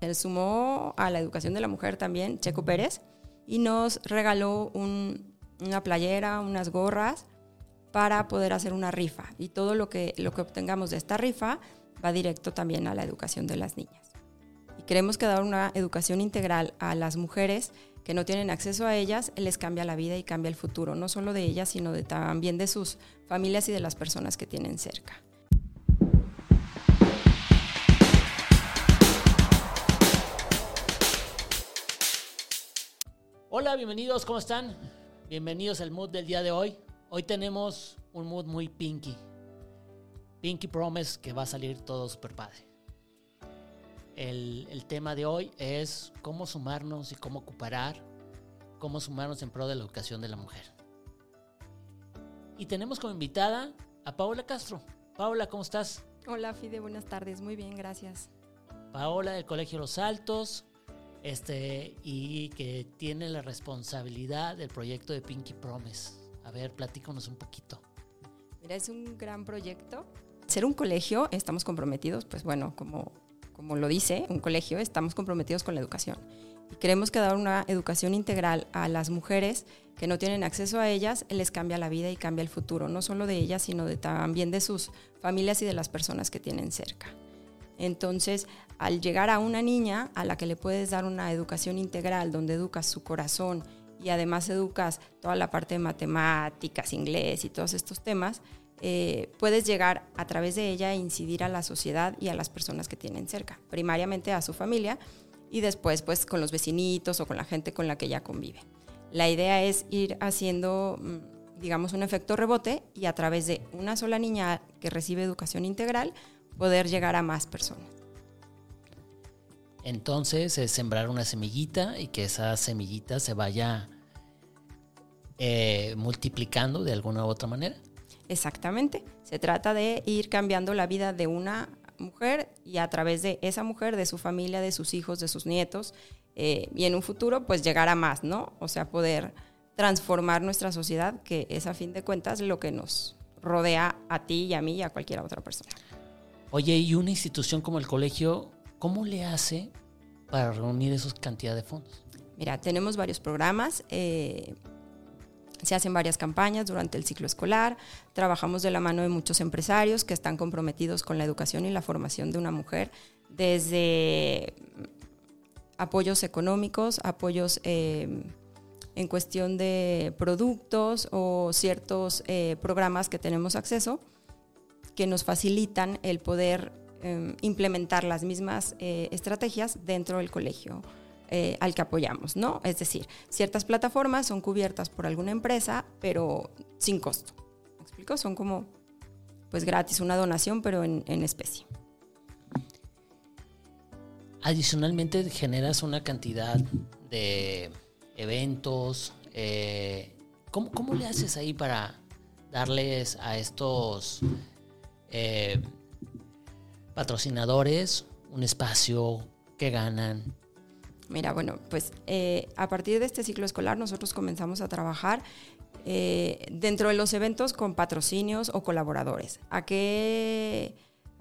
Se sumó a la educación de la mujer también Checo Pérez y nos regaló una playera, unas gorras para poder hacer una rifa. Y todo lo que obtengamos de esta rifa va directo también a la educación de las niñas. Y queremos que dar una educación integral a las mujeres que no tienen acceso a ellas, les cambia la vida y cambia el futuro, no solo de ellas, sino también de sus familias y de las personas que tienen cerca. Hola, bienvenidos, ¿cómo están? Bienvenidos al mood del día de hoy. Hoy tenemos un mood muy Pinky Promise, que va a salir todo súper padre. El tema de hoy es cómo sumarnos y cómo cooperar, cómo sumarnos en pro de la educación de la mujer. Y tenemos como invitada a Paola Castro. Paola, ¿cómo estás? Hola, Fide, buenas tardes. Muy bien, gracias. Paola del Colegio Los Altos, y que tiene la responsabilidad del proyecto de Pinky Promise. A ver, platícanos un poquito. Mira, es un gran proyecto. Ser un colegio, estamos comprometidos, pues bueno, como lo dice, un colegio, estamos comprometidos con la educación. Y queremos que dar una educación integral a las mujeres que no tienen acceso a ellas, les cambia la vida y cambia el futuro, no solo de ellas, sino también de sus familias y de las personas que tienen cerca. Entonces, al llegar a una niña a la que le puedes dar una educación integral, donde educas su corazón y además educas toda la parte de matemáticas, inglés y todos estos temas, puedes llegar a través de ella a incidir a la sociedad y a las personas que tienen cerca, primariamente a su familia y después pues con los vecinitos o con la gente con la que ella convive. La idea es ir haciendo, digamos, un efecto rebote y a través de una sola niña que recibe educación integral poder llegar a más personas. Entonces es sembrar una semillita y que esa semillita se vaya multiplicando de alguna u otra manera. Exactamente. Se trata de ir cambiando la vida de una mujer y a través de esa mujer, de su familia, de sus hijos, de sus nietos y en un futuro pues llegar a más, ¿no? O sea, poder transformar nuestra sociedad, que es a fin de cuentas lo que nos rodea a ti y a mí y a cualquier otra persona. Oye, y una institución como el colegio, ¿cómo le hace para reunir esa cantidad de fondos? Mira, tenemos varios programas. Se hacen varias campañas durante el ciclo escolar, trabajamos de la mano de muchos empresarios que están comprometidos con la educación y la formación de una mujer, desde apoyos económicos, apoyos en cuestión de productos o ciertos programas que tenemos acceso que nos facilitan el poder implementar las mismas estrategias dentro del colegio al que apoyamos, ¿no? Es decir, ciertas plataformas son cubiertas por alguna empresa, pero sin costo. ¿Me explico? Son como, pues gratis, una donación, pero en especie. Adicionalmente, generas una cantidad de eventos. ¿Cómo le haces ahí para darles a estos patrocinadores un espacio que ganan? Mira, bueno, pues a partir de este ciclo escolar nosotros comenzamos a trabajar dentro de los eventos con patrocinios o colaboradores. ¿Qué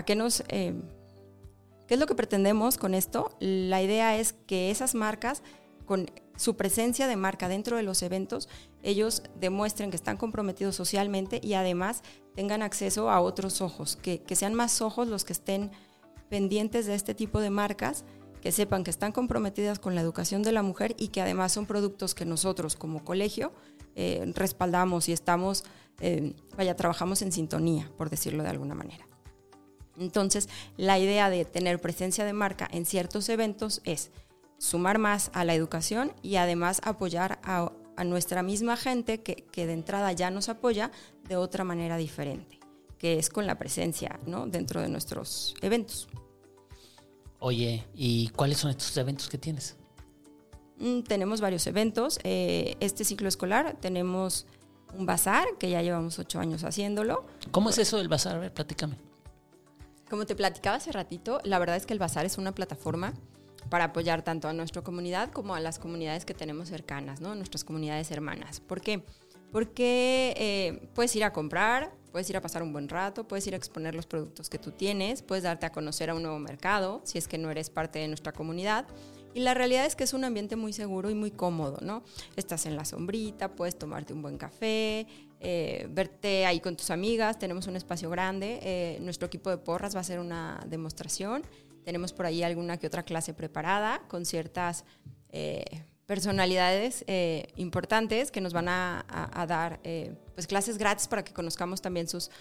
es lo que pretendemos con esto? La idea es que esas marcas, con su presencia de marca dentro de los eventos, ellos demuestren que están comprometidos socialmente y además tengan acceso a otros ojos, que sean más ojos los que estén pendientes de este tipo de marcas, que sepan que están comprometidas con la educación de la mujer y que además son productos que nosotros como colegio respaldamos y estamos, trabajamos en sintonía, por decirlo de alguna manera. Entonces, la idea de tener presencia de marca en ciertos eventos es sumar más a la educación y además apoyar a nuestra misma gente que de entrada ya nos apoya de otra manera diferente, que es con la presencia, ¿no?, dentro de nuestros eventos. Oye, ¿y cuáles son estos eventos que tienes? Tenemos varios eventos. Este ciclo escolar tenemos un bazar, que ya llevamos 8 años haciéndolo. ¿Cómo es eso del bazar? A ver, platícame. Como te platicaba hace ratito, la verdad es que el bazar es una plataforma para apoyar tanto a nuestra comunidad como a las comunidades que tenemos cercanas, ¿no?, nuestras comunidades hermanas. ¿Por qué? porque puedes ir a comprar, puedes ir a pasar un buen rato, puedes ir a exponer los productos que tú tienes, puedes darte a conocer a un nuevo mercado, si es que no eres parte de nuestra comunidad. Y la realidad es que es un ambiente muy seguro y muy cómodo, ¿no? Estás en la sombrita, puedes tomarte un buen café, verte ahí con tus amigas. Tenemos un espacio grande. Nuestro equipo de porras va a hacer una demostración. Tenemos por ahí alguna que otra clase preparada con ciertas personalidades importantes que nos van a dar pues clases gratis para que conozcamos también sus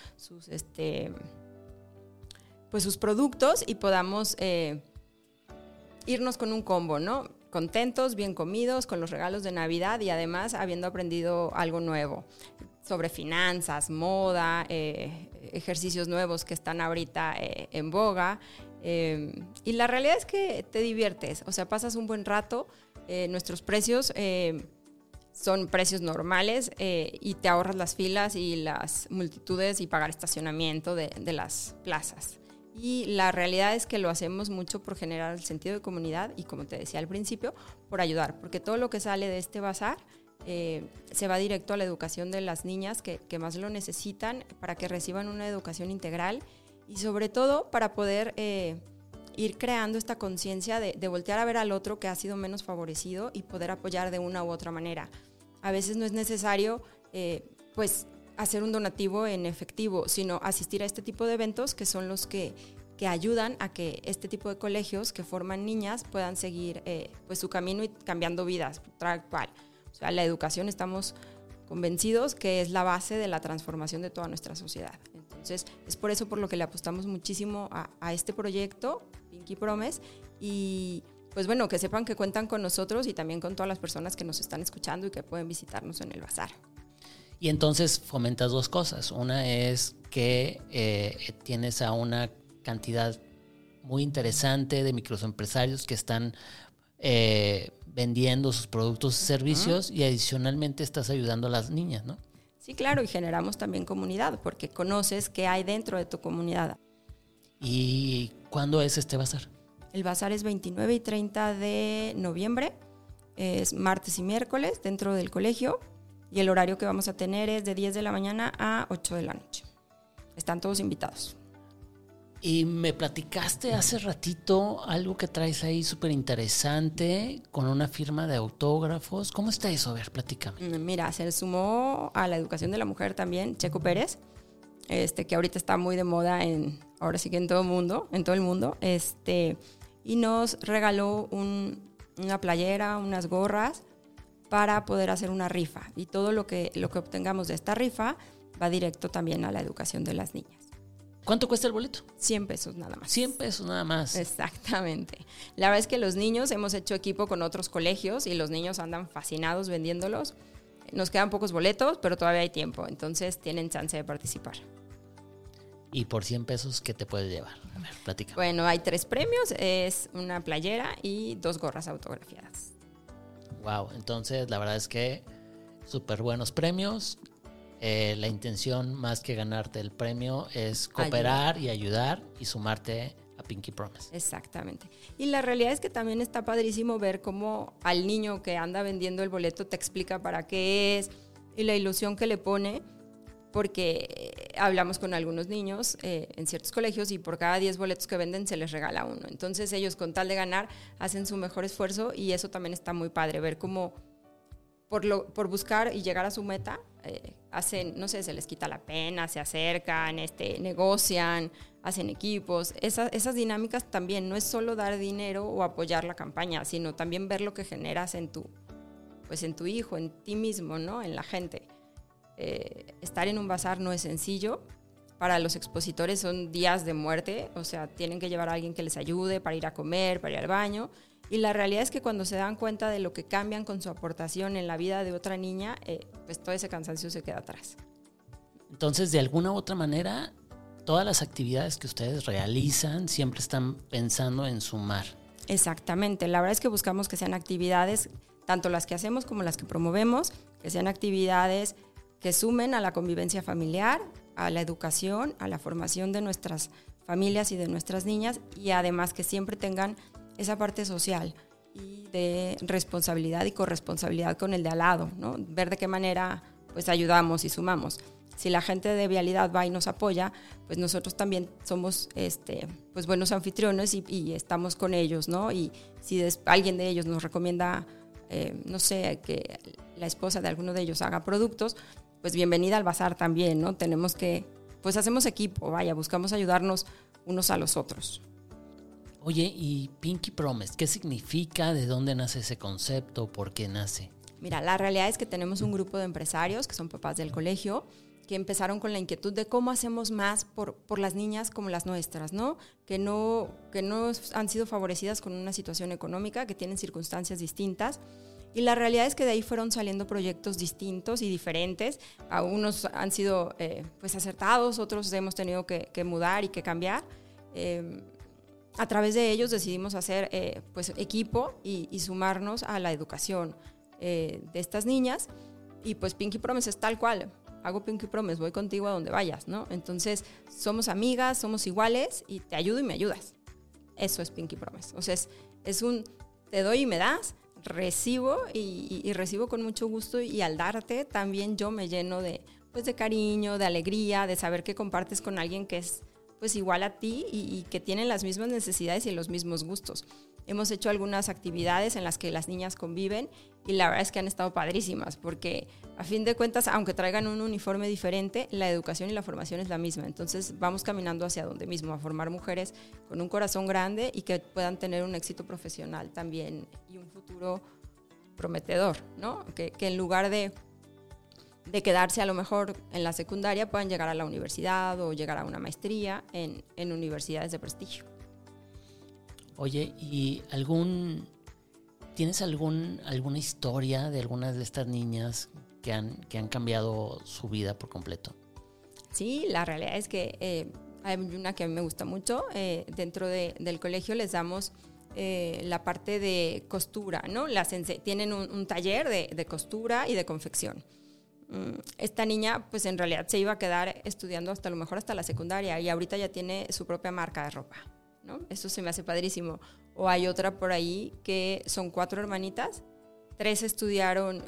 productos y podamos irnos con un combo, ¿no? Contentos, bien comidos, con los regalos de Navidad y además habiendo aprendido algo nuevo sobre finanzas, moda, ejercicios nuevos que están ahorita en boga. Y la realidad es que te diviertes, o sea, pasas un buen rato. Nuestros precios son precios normales y te ahorras las filas y las multitudes y pagar estacionamiento de las plazas. Y la realidad es que lo hacemos mucho por generar el sentido de comunidad y, como te decía al principio, por ayudar, porque todo lo que sale de este bazar se va directo a la educación de las niñas que más lo necesitan para que reciban una educación integral y sobre todo para poder ir creando esta conciencia de voltear a ver al otro que ha sido menos favorecido y poder apoyar de una u otra manera. A veces no es necesario hacer un donativo en efectivo, sino asistir a este tipo de eventos que son los que ayudan a que este tipo de colegios que forman niñas puedan seguir su camino y cambiando vidas, tal cual. O sea, la educación estamos convencidos que es la base de la transformación de toda nuestra sociedad. Entonces, es por eso por lo que le apostamos muchísimo a este proyecto, Pinky Promise, y pues bueno, que sepan que cuentan con nosotros y también con todas las personas que nos están escuchando y que pueden visitarnos en el bazar. Y entonces fomentas dos cosas. Una es que tienes a una cantidad muy interesante de microempresarios que están vendiendo sus productos y servicios y adicionalmente estás ayudando a las niñas, ¿no? Sí, claro, y generamos también comunidad porque conoces qué hay dentro de tu comunidad. ¿Y cuándo es este bazar? El bazar es 29 y 30 de noviembre, es martes y miércoles dentro del colegio. Y el horario que vamos a tener es de 10 de la mañana a 8 de la noche. Están todos invitados. Y me platicaste hace ratito algo que traes ahí súper interesante con una firma de autógrafos. ¿Cómo está eso? A ver, platícame. Mira, se sumó a la educación de la mujer también Checo Pérez, que ahorita está muy de moda ahora sí que en todo el mundo, y nos regaló una playera, unas gorras, para poder hacer una rifa. Y todo lo que obtengamos de esta rifa va directo también a la educación de las niñas. ¿Cuánto cuesta el boleto? 100 pesos nada más. 100 pesos nada más. Exactamente. La verdad es que los niños hemos hecho equipo con otros colegios y los niños andan fascinados vendiéndolos. Nos quedan pocos boletos, pero todavía hay tiempo. Entonces tienen chance de participar. ¿Y por 100 pesos qué te puedes llevar? A ver, platícame. Bueno, hay 3 premios. Es una playera y 2 gorras autografiadas. Wow, entonces la verdad es que súper buenos premios. La intención más que ganarte el premio es cooperar y ayudar y sumarte a Pinky Promise. Exactamente. Y la realidad es que también está padrísimo ver cómo al niño que anda vendiendo el boleto te explica para qué es y la ilusión que le pone, porque hablamos con algunos niños en ciertos colegios y por cada 10 boletos que venden se les regala uno. Entonces ellos con tal de ganar hacen su mejor esfuerzo y eso también está muy padre, ver cómo por buscar y llegar a su meta hacen, no sé, se les quita la pena, se acercan, negocian, hacen equipos. Esas dinámicas también no es solo dar dinero o apoyar la campaña, sino también ver lo que generas en tu hijo, en ti mismo, ¿no? En la gente. Estar en un bazar no es sencillo. Para los expositores son días de muerte, o sea, tienen que llevar a alguien que les ayude para ir a comer, para ir al baño. Y la realidad es que cuando se dan cuenta de lo que cambian con su aportación en la vida de otra niña, pues todo ese cansancio se queda atrás. Entonces, de alguna u otra manera, todas las actividades que ustedes realizan siempre están pensando en sumar. Exactamente. La verdad es que buscamos que sean actividades, tanto las que hacemos como las que promovemos, que sean actividades que sumen a la convivencia familiar, a la educación, a la formación de nuestras familias y de nuestras niñas, y además que siempre tengan esa parte social y de responsabilidad y corresponsabilidad con el de al lado, ¿no? Ver de qué manera pues ayudamos y sumamos. Si la gente de Vialidad va y nos apoya, pues nosotros también somos pues buenos anfitriones y estamos con ellos, ¿no? Y si alguien de ellos nos recomienda, no sé, que la esposa de alguno de ellos haga productos, pues bienvenida al bazar también, ¿no? Tenemos que, pues hacemos equipo, vaya, buscamos ayudarnos unos a los otros. Oye, ¿y Pinky Promise qué significa? ¿De dónde nace ese concepto? ¿Por qué nace? Mira, la realidad es que tenemos un grupo de empresarios que son papás del colegio, que empezaron con la inquietud de cómo hacemos más por las niñas como las nuestras, ¿no? Que no han sido favorecidas con una situación económica, que tienen circunstancias distintas. Y la realidad es que de ahí fueron saliendo proyectos distintos y diferentes. Algunos han sido pues acertados, otros hemos tenido que mudar y que cambiar. A través de ellos decidimos hacer pues equipo y sumarnos a la educación de estas niñas. Y pues Pinky Promise es tal cual. Hago Pinky Promise, voy contigo a donde vayas, ¿no? Entonces, somos amigas, somos iguales y te ayudo y me ayudas. Eso es Pinky Promise. O sea, es un te doy y me das, recibo y recibo con mucho gusto y al darte también yo me lleno de cariño, de alegría, de saber que compartes con alguien que es pues igual a ti y que tienen las mismas necesidades y los mismos gustos. Hemos hecho algunas actividades en las que las niñas conviven y la verdad es que han estado padrísimas porque a fin de cuentas, aunque traigan un uniforme diferente, la educación y la formación es la misma. Entonces vamos caminando hacia donde mismo, a formar mujeres con un corazón grande y que puedan tener un éxito profesional también y un futuro prometedor, ¿no? Que en lugar de quedarse a lo mejor en la secundaria puedan llegar a la universidad o llegar a una maestría en universidades de prestigio. Oye, ¿y tienes alguna historia de algunas de estas niñas que han cambiado su vida por completo? Sí, la realidad es que hay una que a mí me gusta mucho. Dentro del colegio les damos la parte de costura, ¿no? Tienen un taller de costura y de confección. Esta niña, pues en realidad se iba a quedar estudiando hasta lo mejor hasta la secundaria y ahorita ya tiene su propia marca de ropa, ¿no? Eso se me hace padrísimo. O hay otra por ahí que son 4 hermanitas, 3 estudiaron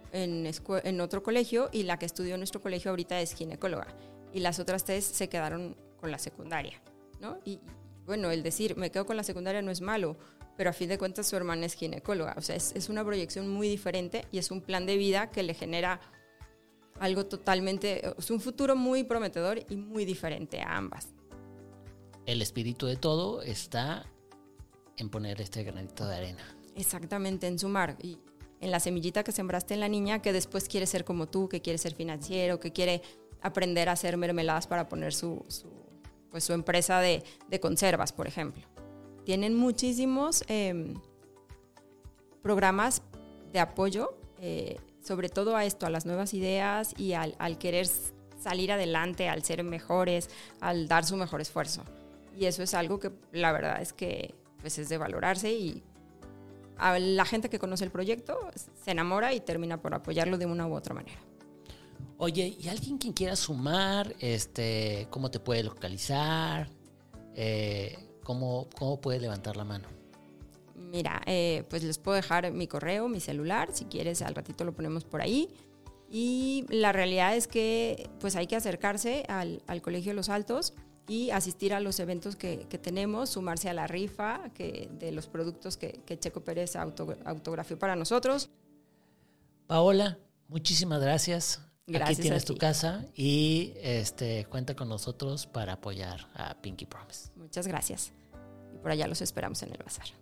en otro colegio y la que estudió en nuestro colegio ahorita es ginecóloga y las otras 3 se quedaron con la secundaria, ¿no? Y bueno, el decir me quedo con la secundaria no es malo, pero a fin de cuentas su hermana es ginecóloga. O sea, es una proyección muy diferente y es un plan de vida que le genera algo totalmente, es un futuro muy prometedor y muy diferente a ambas. El espíritu de todo está en poner este granito de arena. Exactamente, en sumar y en la semillita que sembraste en la niña que después quiere ser como tú, que quiere ser financiero, que quiere aprender a hacer mermeladas para poner su empresa de conservas, por ejemplo. Tienen muchísimos programas de apoyo, sobre todo a esto, a las nuevas ideas y al querer salir adelante, al ser mejores, al dar su mejor esfuerzo. Y eso es algo que la verdad es que pues, es de valorarse y a la gente que conoce el proyecto se enamora y termina por apoyarlo de una u otra manera. Oye, ¿y alguien quien quiera sumar, cómo te puede localizar? ¿Cómo puede levantar la mano? Mira, pues les puedo dejar mi correo, mi celular, si quieres al ratito lo ponemos por ahí. Y la realidad es que pues hay que acercarse al Colegio de los Altos y asistir a los eventos que tenemos, sumarse a la rifa de los productos que Checo Pérez autografió para nosotros. Paola, muchísimas gracias. Gracias. Aquí tienes tu casa y cuenta con nosotros para apoyar a Pinky Promise. Muchas gracias. Y por allá los esperamos en el bazar.